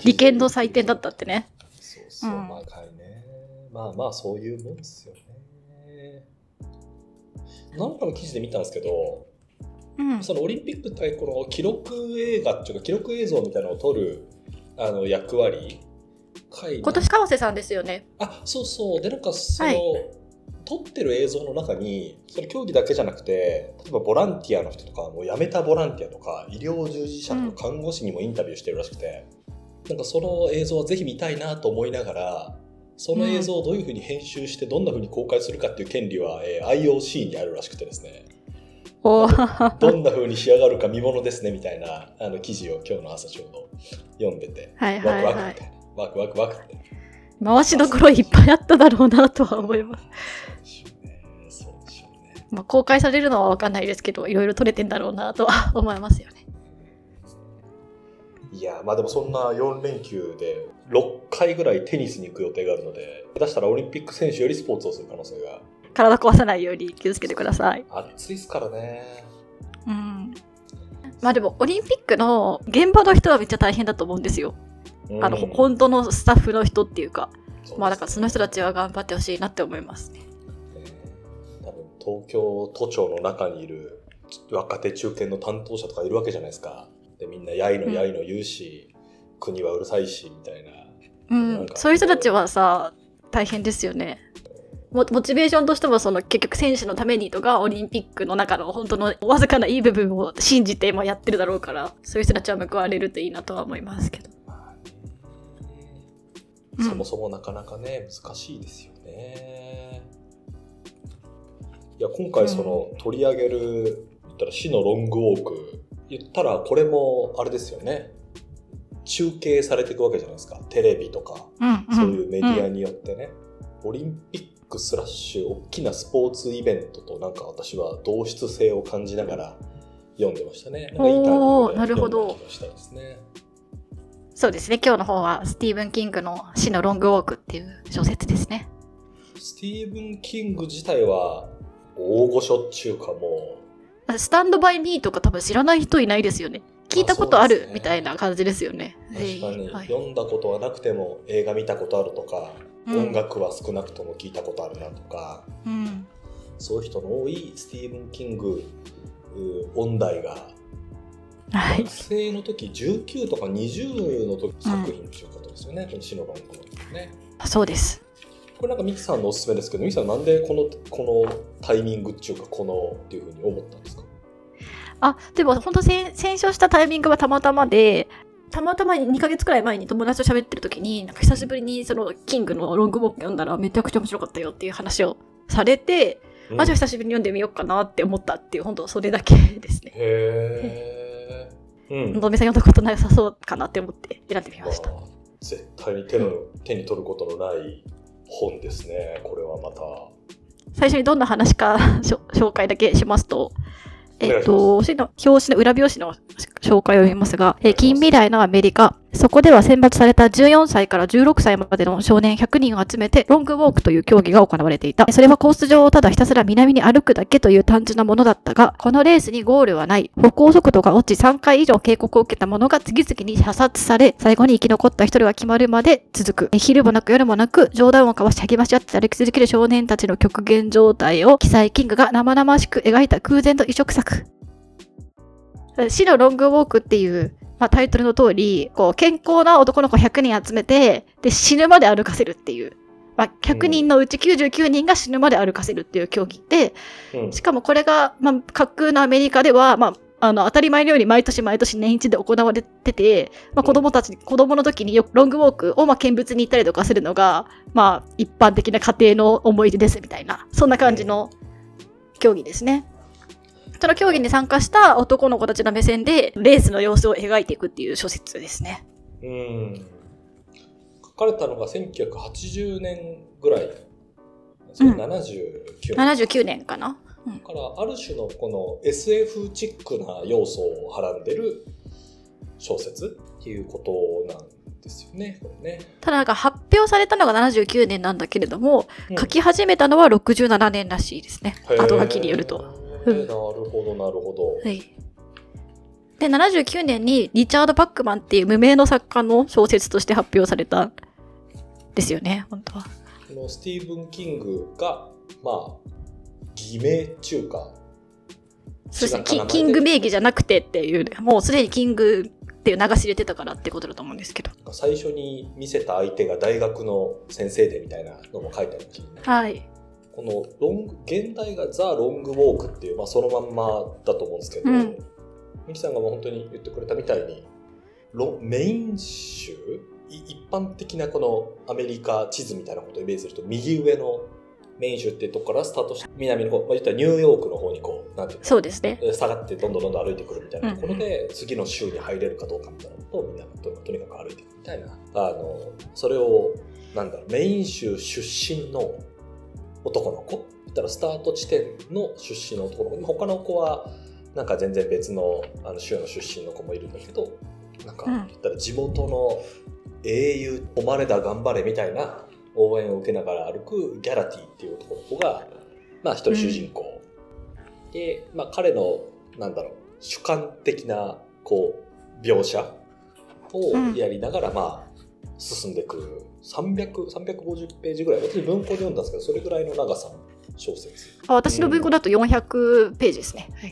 利権の祭典だったってね。 そうそう、まあね。まあそういうもんですよね。なんかの記事で見たんですけど、そのオリンピック対この記録映画っていうか記録映像みたいなのを撮る役割、 今年川瀬さんですよね。 そうそう。でなんか撮ってる映像の中にその競技だけじゃなくて、例えばボランティアの人とか、もう辞めたボランティアとか医療従事者とか看護師にもインタビューしてるらしくて、なんかその映像はぜひ見たいなと思いながら、その映像をどういうふうに編集してどんなふうに公開するかっていう権利は、IOC にあるらしくてですね、どんな風に仕上がるか見ものですねみたいな記事を今日の朝ちょうど読んでて、ワクワクみたいな、ワクワクワクって回しどころいっぱいあっただろうなとは思います。 そうでしょうね。 まあ、公開されるのは分かんないですけど、いろいろ撮れてんだろうなとは思いますよね。 いや、まあでもそんな4連休で6回ぐらいテニスに行く予定があるので、下手したらオリンピック選手よりスポーツをする可能性が。 体壊さないように気をつけてください。 暑いですからね。 まあでもオリンピックの現場の人はめっちゃ大変だと思うんですよ。本当のスタッフの人っていうか、まあだからその人たちは頑張ってほしいなって思いますね。 多分東京都庁の中にいる若手中堅の担当者とかいるわけじゃないですか。でみんなやいの言うし、国はうるさいしみたいな。 そういう人たちはさ大変ですよね。モチベーションとしても結局選手のためにとかオリンピックの中の本当のわずかないい部分を信じてやってるだろうから、そういう人たちは報われるといいなとは思いますけど、 そもそもなかなかね難しいですよね。いや今回取り上げる言ったら市のロングウォーク言ったらこれもあれですよね、中継されていくわけじゃないですか、テレビとか、そういうメディアによってね、オリンピックスラッシュ大きなスポーツイベントとなんか私は同質性を感じながら読んでましたね。なんかいいタイミングで読んだ気がしたいですね。 そうですね、今日の方はスティーブン・キングの死のロングウォークっていう小説ですね。 スティーブン・キング自体は大御所っていうか、もうスタンドバイミーとか多分知らない人いないですよね。聞いたことあるみたいな感じですよね。 確かに、読んだことはなくても映画見たことあるとか、音楽は少なくとも聞いたことあるなとか、そういう人の多いスティーブン・キング音大が学生の時19とか20の時作品ということですよね、この死のロングのね。 そうです。 これなんかミキさんのおすすめですけど、ミキさんなんでこのタイミングっていうかっていうふうに思ったんですか？ でも本当戦勝したタイミングはたまたまで、たまたま2ヶ月くらい前に友達と喋ってる時に、なんか久しぶりにキングのロングウォーク読んだらめちゃくちゃ面白かったよっていう話をされて、じゃあ久しぶりに読んでみようかなって思ったっていう、本当それだけですね。のどめさん読んだことなさそうかなって思って選んでみました。 絶対に手に取ることのない本ですね。これはまた最初にどんな話か紹介だけしますと、表紙の裏表紙の紹介を読みますが、近未来のアメリカ。そこでは選抜された14歳から16歳までの少年100人を集めてロングウォークという競技が行われていた。それはコース上をただひたすら南に歩くだけという単純なものだったが、このレースにゴールはない。歩行速度が落ち3回以上警告を受けた者が次々に射殺され、最後に生き残った一人が決まるまで続く。昼もなく夜もなく冗談を交わし励まし合って歩き続ける少年たちの極限状態を記載キングが生々しく描いた空前の異色作。死のロングウォークっていうタイトルの通り、健康な男の子100人集めて、で、死ぬまで歩かせるっていう。100人のうち99人が死ぬまで歩かせるっていう競技で、しかもこれが、架空のアメリカでは、当たり前のように毎年年一で行われてて、子供の時によくロングウォークを見物に行ったりとかするのが、一般的な家庭の思い出ですみたいな、そんな感じの競技ですね。その競技に参加した男の子たちの目線でレースの様子を描いていくっていう小説ですね。 書かれたのが1980年ぐらい、79 年かな。 だからある種のこの SF チックな要素をはらんでる小説っていうことなんですよね。これね。ただ発表されたのが79年なんだけれども、書き始めたのは67年らしいですね。後書きによると。 なるほどなるほど。 はい。 で、79年にリチャード・バックマンっていう無名の作家の小説として発表されたんですよね、本当は。 このスティーブン・キングが、まあ、偽名中か。 そうですね、キング名義じゃなくてっていう、もうすでにキングっていう流し入れてたからってことだと思うんですけど。 最初に見せた相手が大学の先生でみたいなのも書いてありましたね。 はい。 この現代がザ・ロング・ウォークっていう、まあ、そのまんまだと思うんですけど、ミキさんがもう本当に言ってくれたみたいにメイン州、一般的なこのアメリカ地図みたいなことをイメージすると右上のメイン州っていうところからスタートして南の方、言ったらニューヨークの方にこうなんていうの、 そうですね、 下がってどんどん歩いてくるみたいなところで、次の州に入れるかどうかみたいなのとみんなとにかく歩いていくみたいな、それをメイン州出身の男の子、言ったらスタート地点の出身の男の子、他の子はなんか全然別の州の出身の子もいるんだけど、なんか言ったら地元の英雄誉れだ頑張れみたいな応援を受けながら歩くギャラティっていう男の子が、まあ一人主人公、で、まあ彼の主観的なこう描写をやりながら、まあ進んでいく350ページぐらい、私文庫で読んだんですけどそれぐらいの長さの小説。 私の文庫だと400ページですね。はい。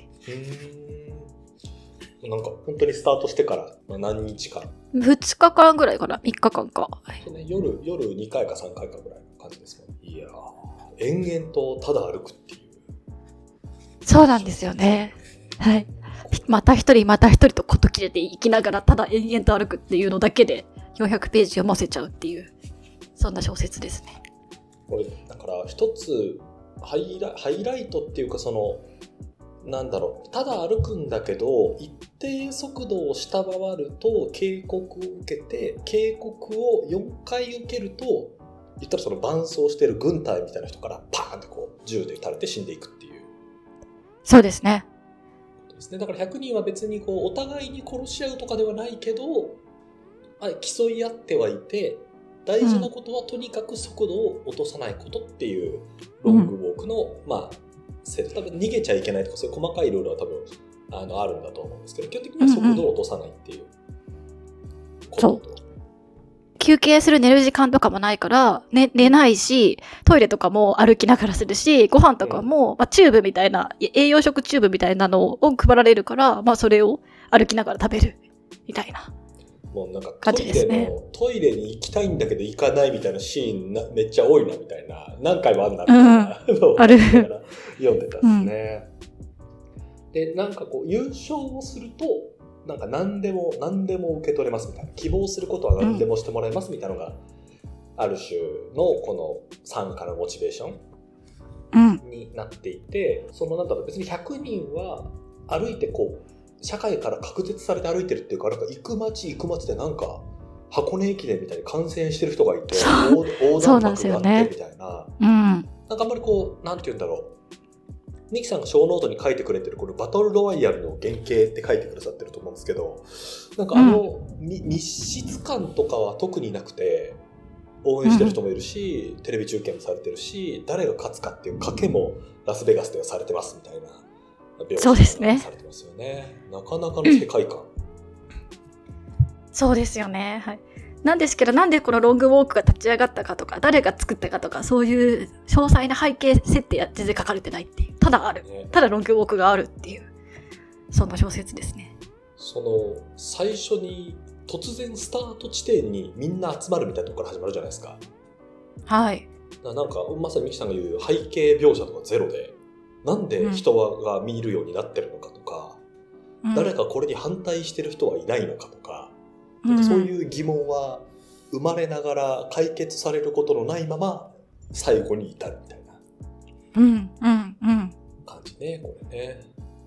なんか本当にスタートしてから何日か、 2日間ぐらいかな、3日間か、はい、 ね、夜2回か3回かぐらいの感じですもん。いやー、延々とただ歩くっていう。 そうなんですよね。はい。また一人また一人とこと切れていきながらただ延々と歩くっていうのだけで400ページ読ませちゃうっていう、そんな小説ですね。 これだから一つハイライトっていうか、そのただ歩くんだけど一定速度を下回ると警告を受けて、警告を4回受けると言ったらその伴走してる軍隊みたいな人からパーンってこう銃で撃たれて死んでいくっていう。 そうですね。 だから100人は別にこうお互いに殺し合うとかではないけど、競い合ってはいて、大事なことはとにかく速度を落とさないことっていうロングウォークの、まあ多分逃げちゃいけないとかそういう細かいルールは多分あるんだと思うんですけど、基本的には速度を落とさないっていうことと、 休憩する寝る時間とかもないから、寝ないし、トイレとかも歩きながらするし、ご飯とかも、チューブみたいな、栄養食チューブみたいなのを配られるから、それを歩きながら食べるみたいな。 もうなんか感じですね。 トイレに行きたいんだけど行かないみたいなシーンめっちゃ多いなみたいな、何回もあるなみたいなのをある読んでたんですね。で、なんかこう優勝をするとなんか何でも受け取れますみたいな、希望することは何でもしてもらえますみたいなのがある種のこの参加のモチベーションになっていて、その別に100人は歩いてこう社会から隔絶されて歩いてるっていうか、なんか行く街でなんか箱根駅伝みたいに観戦してる人がいて、横断幕があってみたいな、なんかあんまりこうなんて言うんだろう、ミキさんが小ノートに書いてくれてるこのバトルロワイヤルの原型って書いてくださってると思うんですけど、なんか密室感とかは特になくて、応援してる人もいるし、テレビ中継もされてるし、誰が勝つかっていう賭けもラスベガスではされてますみたいな。 そうですね。 されてますよね。なかなかの世界観。 そうですよね。はい。なんですけど、なんでこのロングウォークが立ち上がったかとか、誰が作ったかとか、そういう詳細な背景設定は全然書かれてないっていう。ただある。ただロングウォークがあるっていう、そんな小説ですね。 その最初に突然スタート地点にみんな集まるみたいなところから始まるじゃないですか。 はい。 なんかまさにミキさんが言う背景描写とかゼロで、なんで人が見るようになってるのかとか、誰かこれに反対してる人はいないのかとか、そういう疑問は生まれながら解決されることのないまま最後に至るみたいな感じね、これね。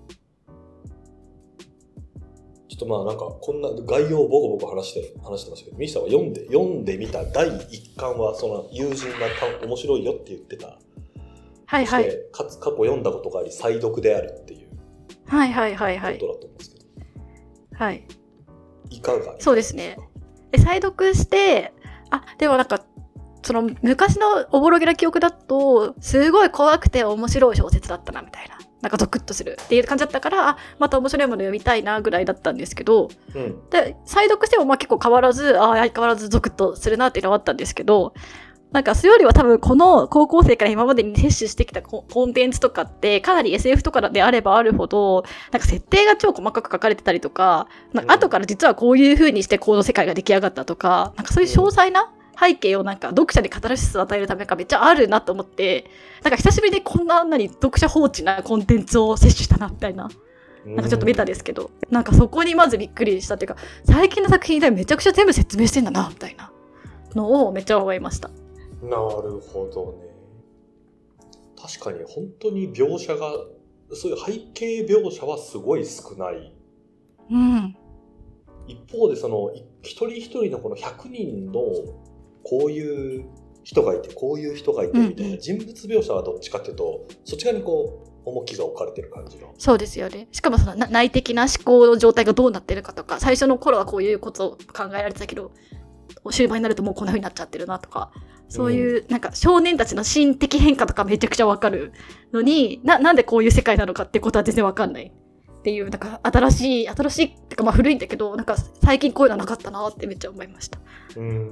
ちょっとなんかこんな概要をボコボコ話してましたけど、ミキさんは読んでみた第1巻はその友人が面白いよって言ってた。 はいはい。 かつ過去読んだことがあり再読であるっていうことだと思うんですけど、 はい。 いかがですか？ そうですね。再読して、でもなんかその昔のおぼろげな記憶だとすごい怖くて面白い小説だったなみたいな、なんかゾクッとするっていう感じだったから、また面白いもの読みたいなぐらいだったんですけど、で再読しても結構変わらず相変わらずゾクッとするなっていうのはあったんですけど、なんかそれよりは多分この高校生から今までに摂取してきたコンテンツとかってかなり SF とかであればあるほどなんか設定が超細かく書かれてたりとか、なんか後から実はこういう風にしてこの世界が出来上がったとか、なんかそういう詳細な背景をなんか読者にカタルシスを与えるためがめっちゃあるなと思って、なんか久しぶりにこんなに読者放置なコンテンツを摂取したなみたいな、なんかちょっとベタですけど、なんかそこにまずびっくりしたっていうか、最近の作品でめちゃくちゃ全部説明してんだなみたいなのをめっちゃ思いました。 なるほどね。確かに本当に描写が、そういう背景描写はすごい少ない。 うん。 一方でその一人一人のこの100人のこういう人がいてこういう人がいてみたいな人物描写はどっちかっていうとそっち側にこう重きが置かれてる感じの。 そうですよね。しかもその内的な思考の状態がどうなってるかとか、最初の頃はこういうことを考えられてたけど終盤になるともうこんな風になっちゃってるなとか、そういうなんか少年たちの心的変化とかめちゃくちゃわかるのに、なんでこういう世界なのかってことは全然わかんないっていう、なんか新しいってかまあ古いんだけど、なんか最近こういうのなかったなってめっちゃ思いました。 なる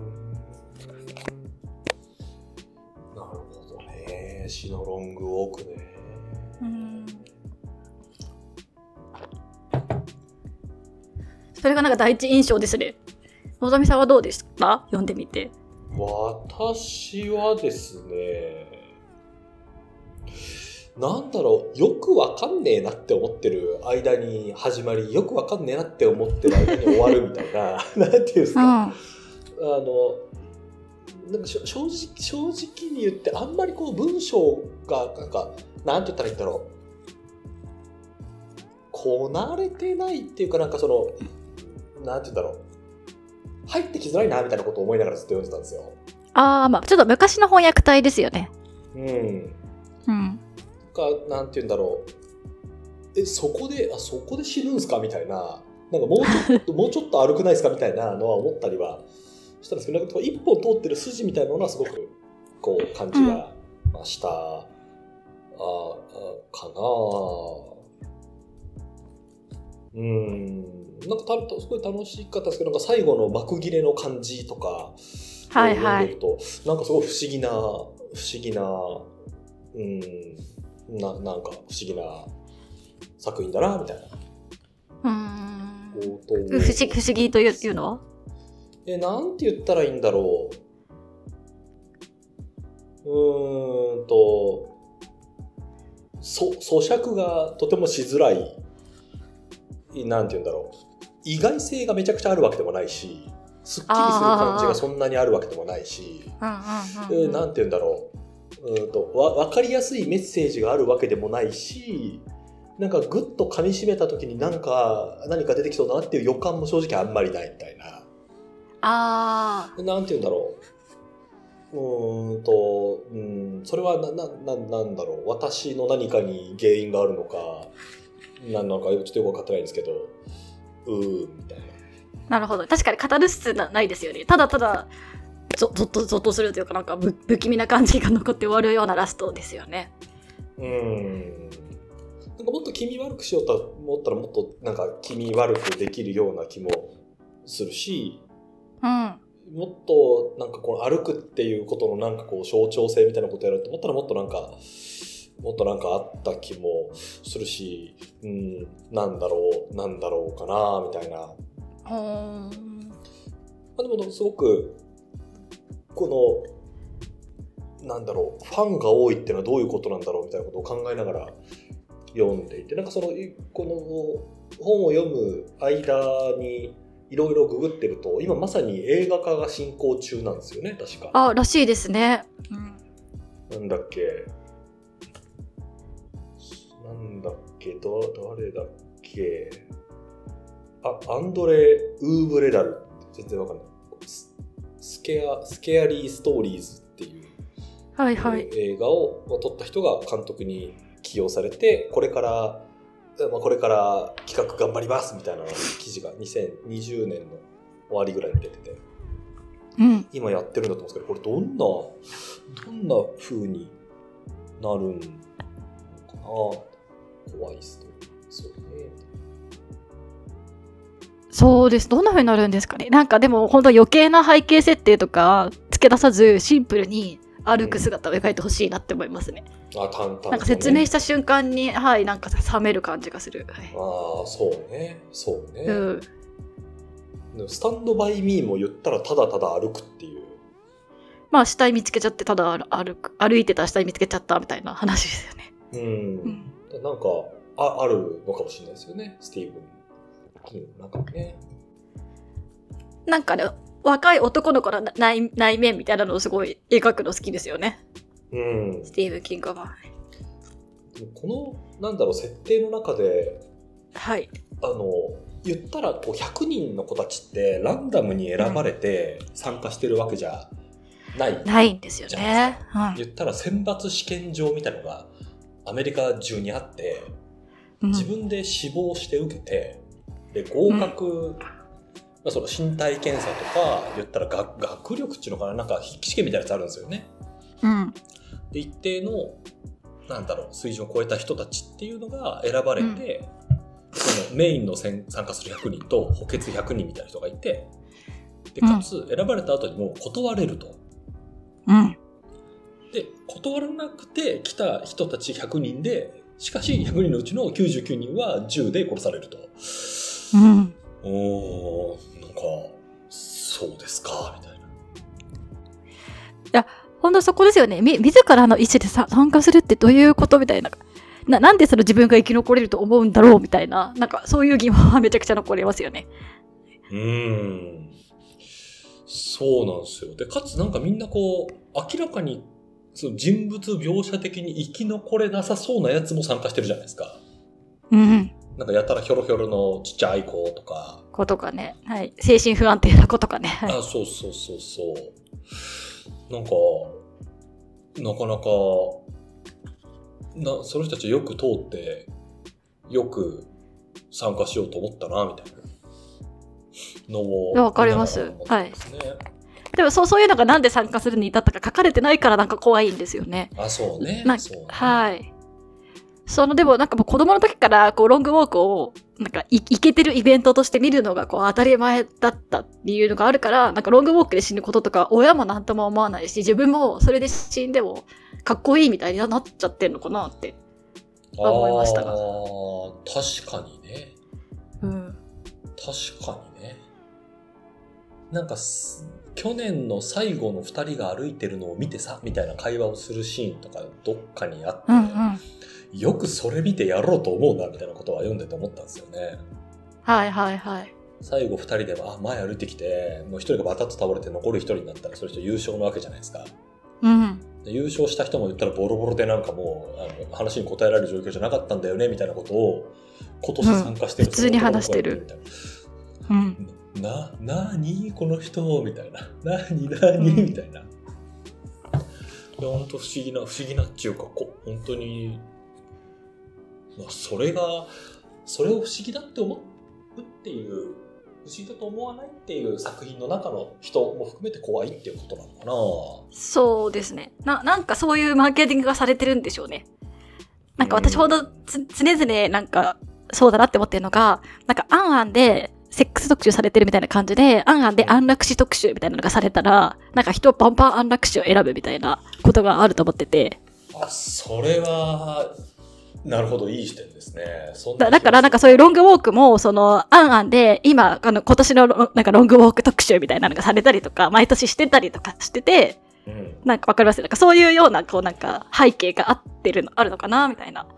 ほどね。詩のロングウォークね。 それがなんか第一印象ですね。のぞみさんはどうですか？読んでみて。 私はですね、なんだろう、よくわかんねえなって思ってる間に始まり、よくわかんねえなって思ってる間に終わるみたいななんていうんですか、なんか正直に言ってあんまりこう文章がなんかなんて言ったらいいんだろう、こなれてないっていうか、なんかそのなんて言うんだろう、入ってきづらいなみたいなことを思いながらずっと読んでたんですよ。 まあちょっと昔の翻訳体ですよね。 なんて言うんだろう、そこで死ぬんすかみたいな、なんかもうちょっと歩くないですかみたいなのは思ったりはしたんですけど、なんか一本通ってる筋みたいなのはすごくこう感じがした、かな。なんかすごい楽しかったですけど、なんか最後の幕切れの感じとかはいはい、 なんかすごい不思議ななんか不思議な作品だなみたいな。 不思議というのは？ なんて言ったらいいんだろう。咀嚼がとてもしづらい。なんて言うんだろう。意外性がめちゃくちゃあるわけでもないし、すっきりする感じがそんなにあるわけでもないし、なんて言うんだろう。分かりやすいメッセージがあるわけでもないし、なんかグッと噛み締めた時に何か出てきそうだなっていう予感も正直あんまりないみたいな。なんて言うんだろう。それはなんだろう。私の何かに原因があるのか、なんかちょっとよく分かってないんですけど、みたいな。 なるほど。確かにカタルシスないですよね。ただただゾッとするというか、なんか不気味な感じが残って終わるようなラストですよね。 なんかもっと気味悪くしようと思ったらもっとなんか気味悪くできるような気もするし、もっとなんかこの歩くっていうことのなんかこう象徴性みたいなことやろうと思ったらもっとなんかあった気もするし、なんだろうかなみたいな。でもすごくこのなんだろう、ファンが多いっていうのはどういうことなんだろうみたいなことを考えながら読んでいて、なんかこの本を読む間にいろいろググってると、今まさに映画化が進行中なんですよね、確か。 らしいですね。 なんだっけ誰だっけ、アンドレ・ウーブレダル、全然わかんない。スケアリーストーリーズっていう、映画を撮った人が監督に起用されて、これから企画頑張りますみたいな記事が2020年の終わりぐらいに出てて、 うん今やってるんだと思うんですけど、これどんな風になるんかな。怖いっすね。そうね。 そうです。どんな風になるんですかね。なんかでも本当余計な背景設定とか付け出さずシンプルに歩く姿を描いてほしいなって思いますね。 淡々とね。 なんか説明した瞬間に、はい、なんか冷める感じがする。はい、 ああ、そうね。そうね。 うん。 でもスタンドバイミーも言ったらただただ歩くっていう。 まあ死体見つけちゃってただ歩いてた死体見つけちゃったみたいな話ですよね。 なんかあるのかもしれないですよね、スティーブン。なんかね。 なんかね、若い男の子の内面みたいなのをすごい描くの好きですよね。スティーブン・キングは。 この設定の中で、 はい。 言ったらこう100人の子たちってランダムに選ばれて参加してるわけじゃないんですよね。 言ったら選抜試験場みたいなのがアメリカ中にあって、自分で志望して受けて、で合格、その身体検査とか言ったら学力っていうのかな、なんか筆記試験みたいなやつあるんですよね。で一定の水準を超えた人たちっていうのが選ばれて、そのメインの参加する100人と補欠100人みたいな人がいて、でかつ選ばれた後にも断れると。で断らなくて来た人たち100人で、しかし100人のうちの99人は銃で殺されると。なんかそうですかみたいな。いや本当そこですよね。自らの意思で参加するってどういうことみたいな。なんでその自分が生き残れると思うんだろうみたいな、なんかそういう疑問はめちゃくちゃ残りますよね。 そうなんですよ。でかつなんかみんなこう明らかにその人物描写的に生き残れなさそうなやつも参加してるじゃないですか。なんかやたらヒョロヒョロのちっちゃい子とか。 子とかね。はい。精神不安定な子とかね。はい、 そう。なんかなかなかその人たちよく通ってよく参加しようと思ったなみたいなのを。 わかります。はい。でもそういうのがなんで参加するに至ったか書かれてないからなんか怖いんですよね。 そうね。 はい。でもなんかもう子供の時からこうロングウォークをなんかイケてるイベントとして見るのがこう当たり前だったっていうのがあるから、なんかロングウォークで死ぬこととか親もなんとも思わないし、自分もそれで死んでもかっこいいみたいになっちゃってんのかなって思いましたが。 確かにね。確かにね。なんか去年の最後の2人が歩いてるのを見てさみたいな会話をするシーンとかどっかにあって、よくそれ見てやろうと思うなみたいなことは読んでて思ったんですよね。最後2人で前歩いてきて、もう1人がバタッと倒れて残る1人になったらその人優勝なわけじゃないですか。優勝した人も言ったらボロボロでなんかもう話に答えられる状況じゃなかったんだよねみたいなことを今年参加してる、 普通に話してる。 なにこの人みたいな。みたいな。本当不思議なっていうか、本当に、それを不思議だって思うっていう、不思議だと思わないっていう作品の中の人も含めて怖いっていうことなのかな。 そうですね。なんかそういうマーケティングがされてるんでしょうね。なんか私ほど常々なんかそうだなって思ってるのが、なんかアンでセックス特集されてるみたいな感じで、アンで安楽死特集みたいなのがされたら、なんか人バンバン安楽死を選ぶみたいなことがあると思ってて。 それはなるほど、いい視点ですね。 だからなんかそういうロングウォークもアンで今今年のなんかロングウォーク特集みたいなのがされたりとか毎年してたりとかしてて、なんかわかります？なんかそういうようななんか背景があるのかなみたいな。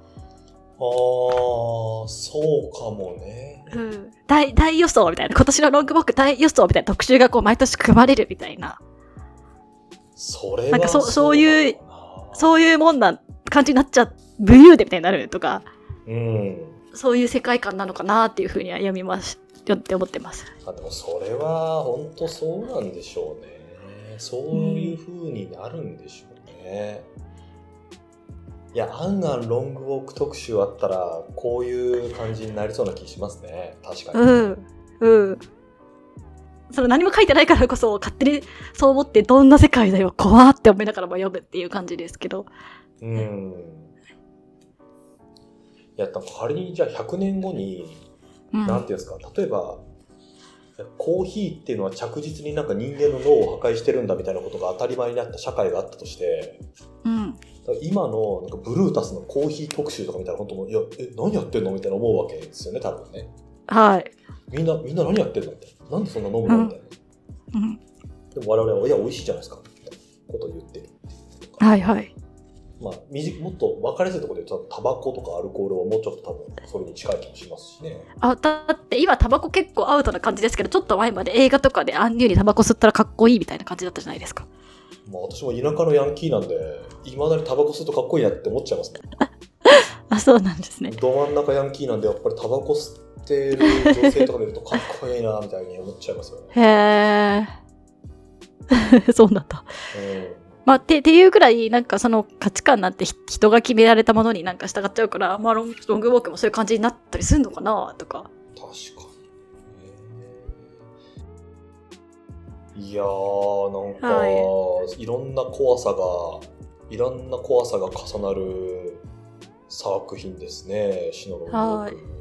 そうかもね。 大予想みたいな、今年のロングウォーク大予想みたいな特集が毎年組まれるみたいな。 それはなんかそういうもんな感じになっちゃう、武勇伝みたいになるとか、そういう世界観なのかなっていうふうには読って思ってます。 でもそれは本当そうなんでしょうね。そういうふうになるんでしょうね。いや、アンロングウォーク特集あったらこういう感じになりそうな気しますね。確かに。 その何も書いてないからこそ勝手にそう思ってどんな世界だよ怖って思いながらも読むっていう感じですけど。 いや仮にじゃあ100年後に、なんていうんですか、例えばコーヒーっていうのは着実になんか人間の脳を破壊してるんだみたいなことが当たり前になった社会があったとして、今のなんかブルータスのコーヒー特集とか見たら本当もいや何やってんのみたいな思うわけですよね、多分ね。はい。みんな何やってんのみたいな。なんでそんな飲むのみたいな。でも我々はいや美味しいじゃないですかみたいなことを言ってる。はいはい。まあ、もっと分かりやすいところで言うとタバコとかアルコールはもうちょっと多分それに近い気もしますしね。だって今タバコ結構アウトな感じですけど、ちょっと前まで映画とかでアンニューにタバコ吸ったらかっこいいみたいな感じだったじゃないですか。まあ、私も田舎のヤンキーなんでいまだにタバコ吸うとかっこいいなって思っちゃいますね。あ、そうなんですね。ど真ん中ヤンキーなんでやっぱりタバコ吸ってる女性とか見るとかっこいいなみたいに思っちゃいますよね。へーそうなんだ。まあ、っていうくらいなんかその価値観なんて人が決められたものになんか従っちゃうから、まあ、ロングウォークもそういう感じになったりするのかなとか。確かに。いやーなんか、いろんな怖さが重なる作品ですね、シノロングウォーク。